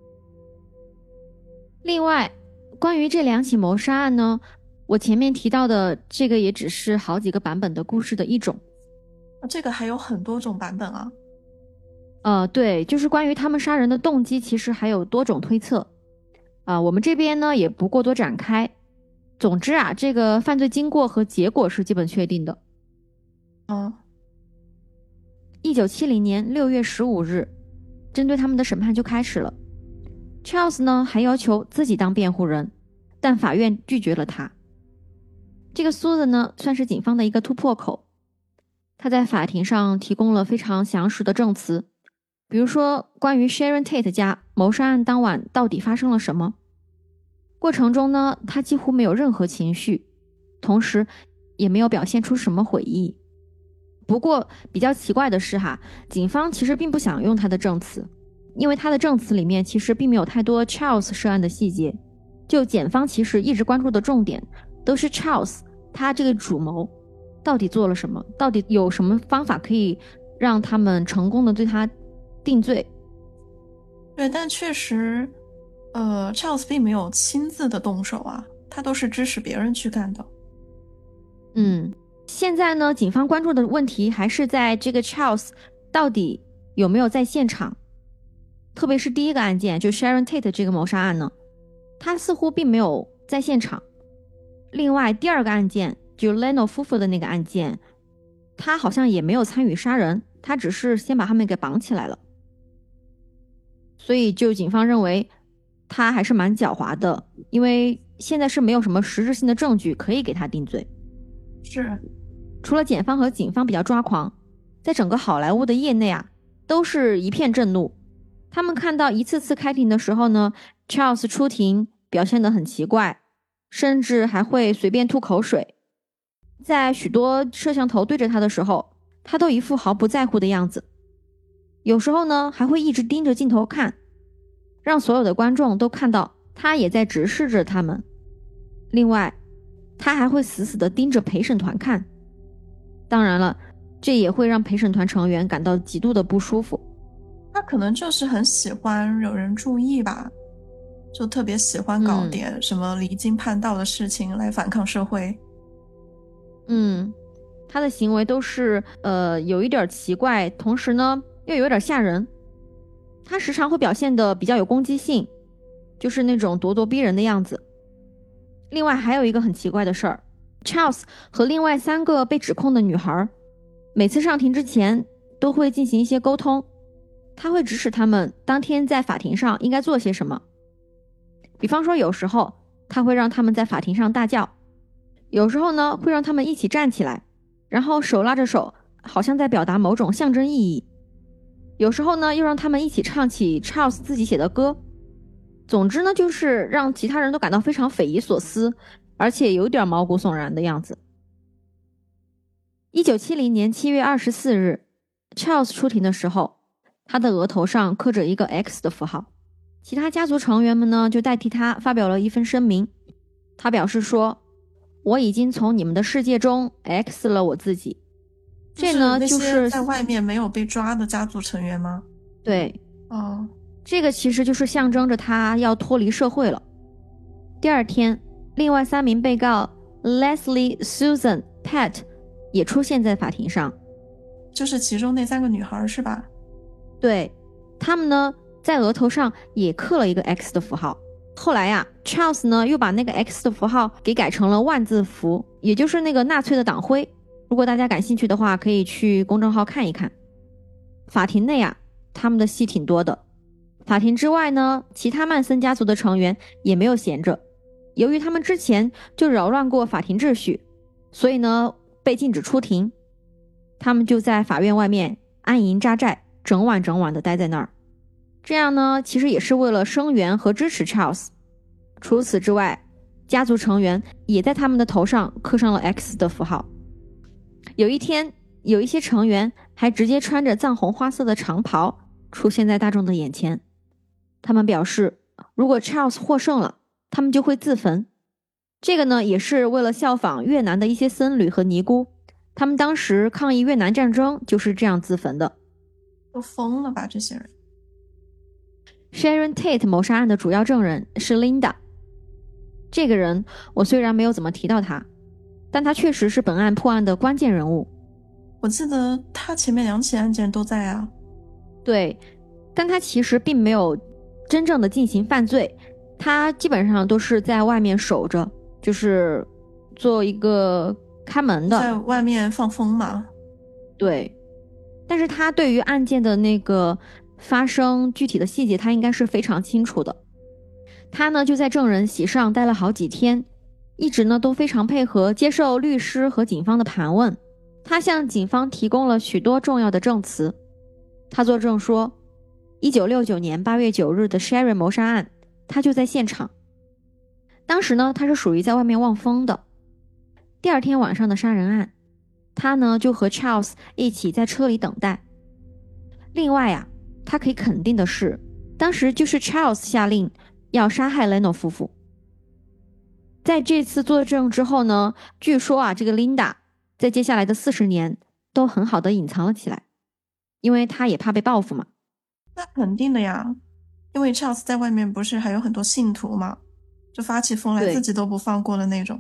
另外，关于这2起谋杀案呢，我前面提到的这个也只是好几个版本的故事的一种。 这个还有很多种版本啊。 对，就是关于他们杀人的动机，其实还有多种推测。我们这边呢也不过多展开。总之啊，这个犯罪经过和结果是基本确定的。1970年6月15日，针对他们的审判就开始了。Charles 呢还要求自己当辩护人，但法院拒绝了他。这个 Susan 呢算是警方的一个突破口，他在法庭上提供了非常详实的证词，比如说关于 Sharon Tate 家谋杀案当晚到底发生了什么。过程中呢，他几乎没有任何情绪，同时也没有表现出什么悔意。 不过比较奇怪的是哈，警方其实并不想用他的证词，因为他的证词里面其实并没有太多 Charles 涉案的细节。就检方其实一直关注的重点都是 Charles 他这个主谋到底做了什么，到底有什么方法可以让他们成功的对他定罪。 对，但确实Charles 并没有亲自的动手啊，他都是指使别人去干的。 现在呢，警方关注的问题还是在这个 Charles 到底有没有在现场，特别是第一个案件，就 Sharon Tate 这个谋杀案呢，他似乎并没有在现场。另外第二个案件，就 Leno 夫妇的那个案件，他好像也没有参与杀人，他只是先把他们给绑起来了。所以就警方认为他还是蛮狡猾的，因为现在是没有什么实质性的证据可以给他定罪。 是， 除了检方和警方比较抓狂，在整个好莱坞的业内啊，都是一片震怒。他们看到一次次开庭的时候呢， Charles 出庭表现得很奇怪，甚至还会随便吐口水。在许多摄像头对着他的时候，他都一副毫不在乎的样子。有时候呢，还会一直盯着镜头看，让所有的观众都看到他也在直视着他们。另外，他还会死死地盯着陪审团看。当然了，这也会让陪审团成员感到极度的不舒服。 他可能就是很喜欢有人注意吧，就特别喜欢搞点什么离经叛道的事情来反抗社会。 他的行为都是有一点奇怪，同时呢又有点吓人。他时常会表现得比较有攻击性，就是那种咄咄逼人的样子。另外还有一个很奇怪的事儿， Charles 和另外3个被指控的女孩每次上庭之前都会进行一些沟通，他会指使他们当天在法庭上应该做些什么。比方说有时候他会让他们在法庭上大叫，有时候呢会让他们一起站起来，然后手拉着手，好像在表达某种象征意义。有时候呢又让他们一起唱起 Charles 自己写的歌。总之呢，就是让其他人都感到非常匪夷所思，而且有点毛骨悚然的样子。1970年7月24日 Charles 出庭的时候，他的额头上刻着一个 X 的符号。其他家族成员们呢就代替他发表了一份声明。他表示说，我已经从你们的世界中 X 了我自己。这呢就是在外面没有被抓的家族成员吗？ 对，这个其实就是象征着他要脱离社会了。第二天，另外3名被告 Leslie、Susan、Pat 也出现在法庭上。 就是其中那3个女孩是吧？ 对，他们呢在额头上也刻了一个 X 的符号。后来呀，Charles 呢又把那个 X 的符号给改成了万字符，也就是那个纳粹的党徽。如果大家感兴趣的话，可以去公众号看一看。法庭内啊，他们的戏挺多的。法庭之外呢，其他曼森家族的成员也没有闲着。由于他们之前就扰乱过法庭秩序，所以呢被禁止出庭。他们就在法院外面安营扎寨，整晚的待在那儿。这样呢其实也是为了声援和支持 Charles。 除此之外，家族成员也在他们的头上刻上了 X 的符号。有一天，有一些成员还直接穿着藏红花色的长袍出现在大众的眼前。他们表示，如果 Charles 获胜了，他们就会自焚。这个呢，也是为了效仿越南的一些僧侣和尼姑，他们当时抗议越南战争就是这样自焚的。 都疯了吧这些人。 Sharon Tate 谋杀案的主要证人是 Linda。 这个人我虽然没有怎么提到他，但他确实是本案破案的关键人物。 我记得他前面2起案件都在啊。 对，但他其实并没有真正的进行犯罪，他基本上都是在外面守着，就是做一个看门的， 在外面放风嘛。 对，但是他对于案件的那个发生具体的细节他应该是非常清楚的。他呢就在证人席上待了好几天，一直呢都非常配合接受律师和警方的盘问。他向警方提供了许多重要的证词。他作证说1969年8月9日的 Sharon 谋杀案他就在现场。当时呢他是属于在外面望风的。第二天晚上的杀人案， 他呢就和 Charles 一起在车里等待。另外啊，他可以肯定的是，当时就是 Charles 下令要杀害 Leno 夫妇。在这次作证之后呢，据说啊，这个 Linda 在接下来的40年都很好的隐藏了起来，因为他也怕被报复嘛。 那肯定的呀，因为 Charles 在外面不是还有很多信徒嘛，就发起疯来自己都不放过的那种。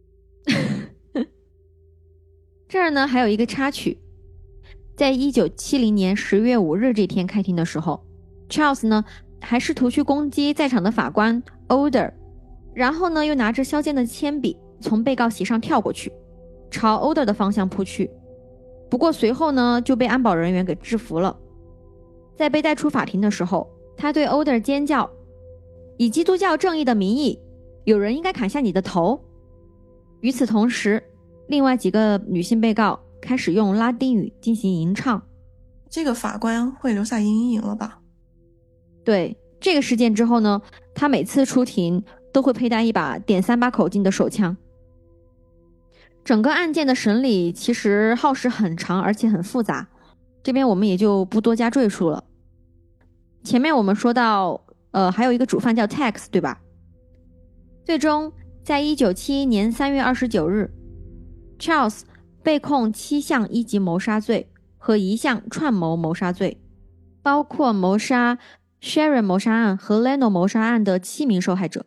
这儿呢还有一个插曲，在1970年10月5日这天开庭的时候， Charles 呢还试图去攻击在场的法官 Older， 然后呢又拿着削尖的铅笔从被告席上跳过去，朝 Older 的方向扑去。不过随后呢就被安保人员给制服了。在被带出法庭的时候，他对 Older 尖叫：以基督教正义的名义，有人应该砍下你的头。与此同时，另外几个女性被告开始用拉丁语进行吟唱。 这个法官会留下阴影了吧？ 对，这个事件之后呢，他每次出庭都会佩戴一把.38口径的手枪。整个案件的审理其实耗时很长，而且很复杂，这边我们也就不多加赘述了。前面我们说到还有一个主犯叫 Tex， 对吧？最终在1971年3月29日， Charles 被控7项1级谋杀罪和1项串谋谋杀罪，包括谋杀 Sharon 谋杀案和 Leno 谋杀案的7名受害者。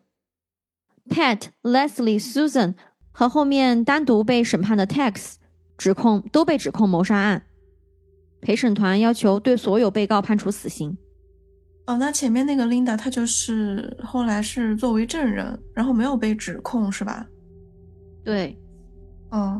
Pat、Leslie、Susan 和后面单独被审判的 Tex 都被指控谋杀案。陪审团要求对所有被告判处死刑。 哦，那前面那个 Linda 她就是后来是作为证人，然后没有被指控是吧？ 对。 哦。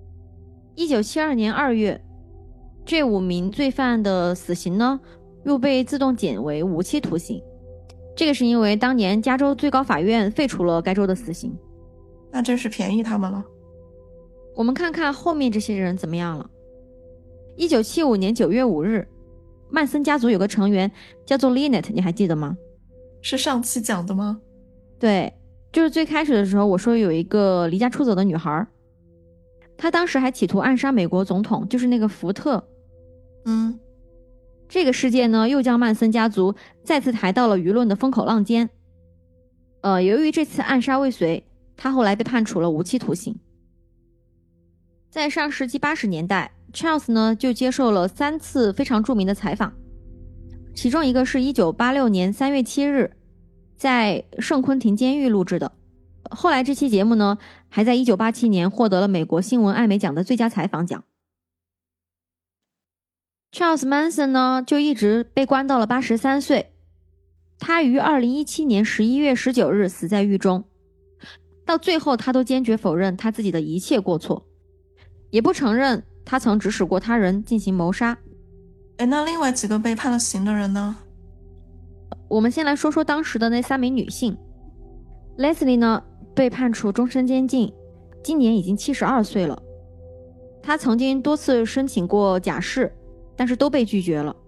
1972年2月，这5名罪犯的死刑呢又被自动减为无期徒刑，这个是因为当年加州最高法院废除了该州的死刑。 那真是便宜他们了。 我们看看后面这些人怎么样了。1975年9月5日，曼森家族有个成员叫做 Lynette， 你还记得吗？ 是上期讲的吗？ 对，就是最开始的时候我说有一个离家出走的女孩，她当时还企图暗杀美国总统，就是那个福特。这个事件呢又将曼森家族再次抬到了舆论的风口浪尖。由于这次暗杀未遂，他后来被判处了无期徒刑。在上世纪80年代，Charles 呢就接受了3次非常著名的采访，其中一个是1986年3月7日在圣昆廷监狱录制的。后来这期节目呢还在1987年获得了美国新闻艾美奖的最佳采访奖。Charles Manson 呢就一直被关到了83岁，他于2017年11月19日死在狱中。到最后他都坚决否认他自己的一切过错，也不承认他曾指使过他人进行谋杀。 那另外几个被判了刑的人呢？ 我们先来说说当时的那3名女性。 Leslie 呢被判处终身监禁，今年已经72岁了。她曾经多次申请过假释，但是都被拒绝了。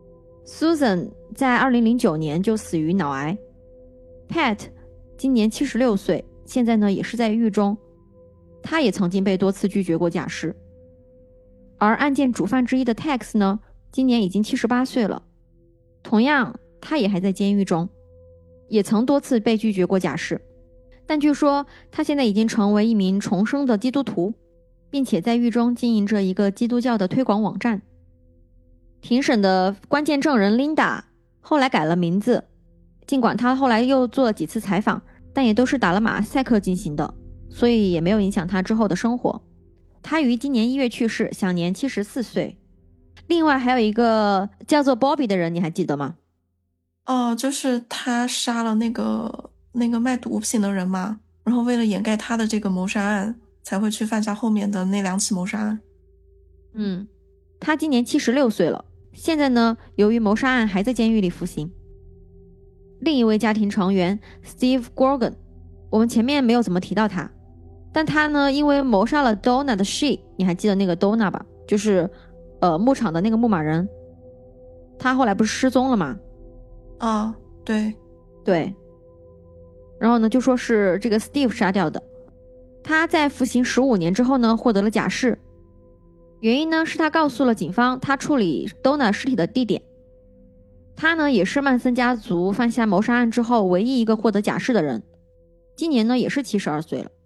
Susan 在2009年就死于脑癌。 Pat 今年76岁，现在呢也是在狱中，他也曾经被多次拒绝过假释。而案件主犯之一的 Tex 呢今年已经78岁了，同样他也还在监狱中，也曾多次被拒绝过假释，但据说他现在已经成为一名重生的基督徒，并且在狱中经营着一个基督教的推广网站。庭审的关键证人 Linda 后来改了名字，尽管他后来又做了几次采访，但也都是打了马赛克进行的，所以也没有影响他之后的生活。他于今年1月去世，享年74岁。另外还有一个叫做 Bobby 的人，你还记得吗？ 就是他杀了那个卖毒品的人嘛，然后为了掩盖他的这个谋杀案，才会去犯下后面的那2起谋杀案。 他今年76岁了，现在呢由于谋杀案还在监狱里服刑。另一位家庭成员 Steve Gorgon， 我们前面没有怎么提到他，但他呢因为谋杀了 Donna 的 She， 你还记得那个 Donna 吧，就是牧场的那个牧马人，他后来不是失踪了吗？对，然后呢就说是这个 Steve 杀掉的。他在服刑15年之后呢获得了假释， 原因呢是他告诉了警方他处理 Donna 尸体的地点。他呢也是曼森家族犯下谋杀案之后唯一一个获得假释的人，今年呢也是72岁了。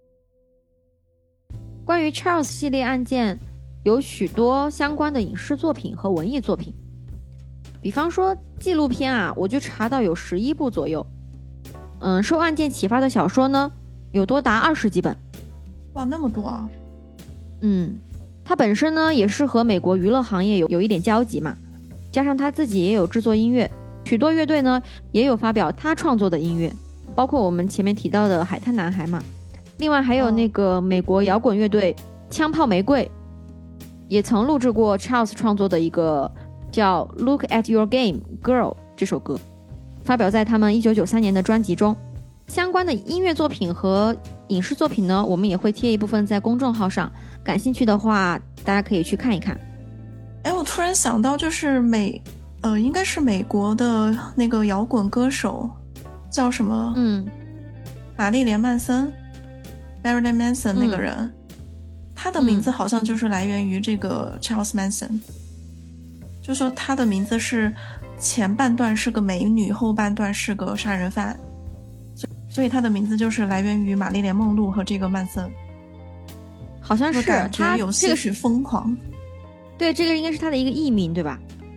关于 Charles 系列案件有许多相关的影视作品和文艺作品，比方说纪录片啊，我就查到有11部左右。受案件启发的小说呢有多达20几本。 哇，那么多啊！ 他本身呢也是和美国娱乐行业有一点交集嘛，加上他自己也有制作音乐，许多乐队呢也有发表他创作的音乐，包括我们前面提到的海滩男孩嘛。另外还有那个美国摇滚乐队枪炮玫瑰也曾录制过 Charles 创作的一个叫 Look at Your Game Girl 这首歌，发表在他们1993年的专辑中。相关的音乐作品和影视作品呢，我们也会贴一部分在公众号上，感兴趣的话大家可以去看一看。 我突然想到，就是应该是美国的那个摇滚歌手叫什么？玛丽莲曼森 Marilyn Manson 那个人，他的名字好像就是来源于这个 Charles Manson，就说他的名字是前半段是个美女，后半段是个杀人犯，所以他的名字就是来源于玛丽莲梦露和这个曼森。 好像是他有些许疯狂。 对，这个应该是他的一个艺名，对吧？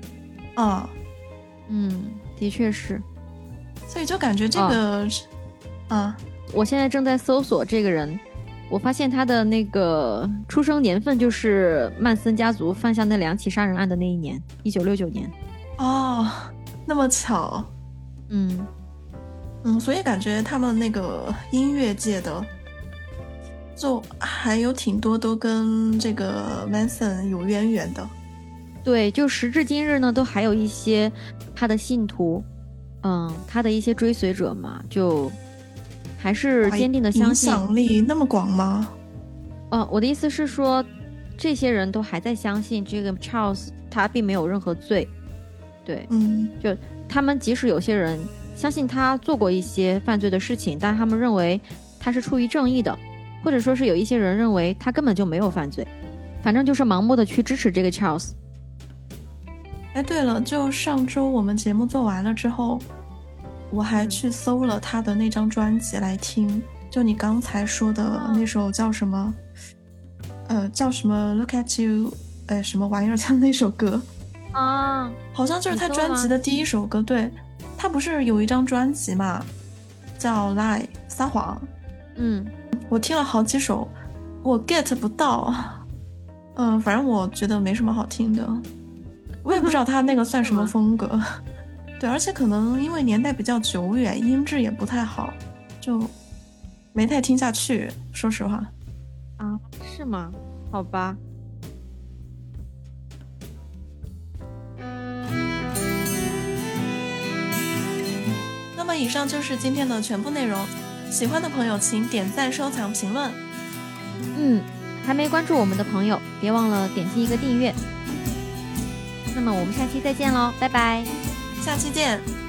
的确是。 所以就感觉这个我现在正在搜索这个人，我发现他的那个出生年份就是曼森家族犯下那2起杀人案的那一年，1969年。 那么巧。所以感觉他们那个音乐界的就还有挺多都跟这个 Manson 有渊源的。 对，就时至今日呢，都还有一些他的信徒，他的一些追随者嘛，就还是坚定的相信。 影响力那么广吗？ 我的意思是说，这些人都还在相信这个 Charles 他并没有任何罪。对，就他们即使有些人相信他做过一些犯罪的事情，但是他们认为他是出于正义的，或者说是有一些人认为他根本就没有犯罪，反正就是盲目的去支持这个 Charles。 对了，就上周我们节目做完了之后，我还去搜了他的那张专辑来听，就你刚才说的那首叫什么叫什么 Look at You 什么玩意儿的那首歌好像就是他专辑的第一首歌。对，他不是有一张专辑嘛，叫 Lie 撒谎。我听了好几首，我 get 不到。反正我觉得没什么好听的，我也不知道他那个算什么风格。对，而且可能因为年代比较久远，音质也不太好，就没太听下去，说实话。 是吗？好吧。 那么以上就是今天的全部内容，喜欢的朋友请点赞、收藏、评论。 还没关注我们的朋友，别忘了点击一个订阅。那么我们下期再见喽，拜拜。 下期见。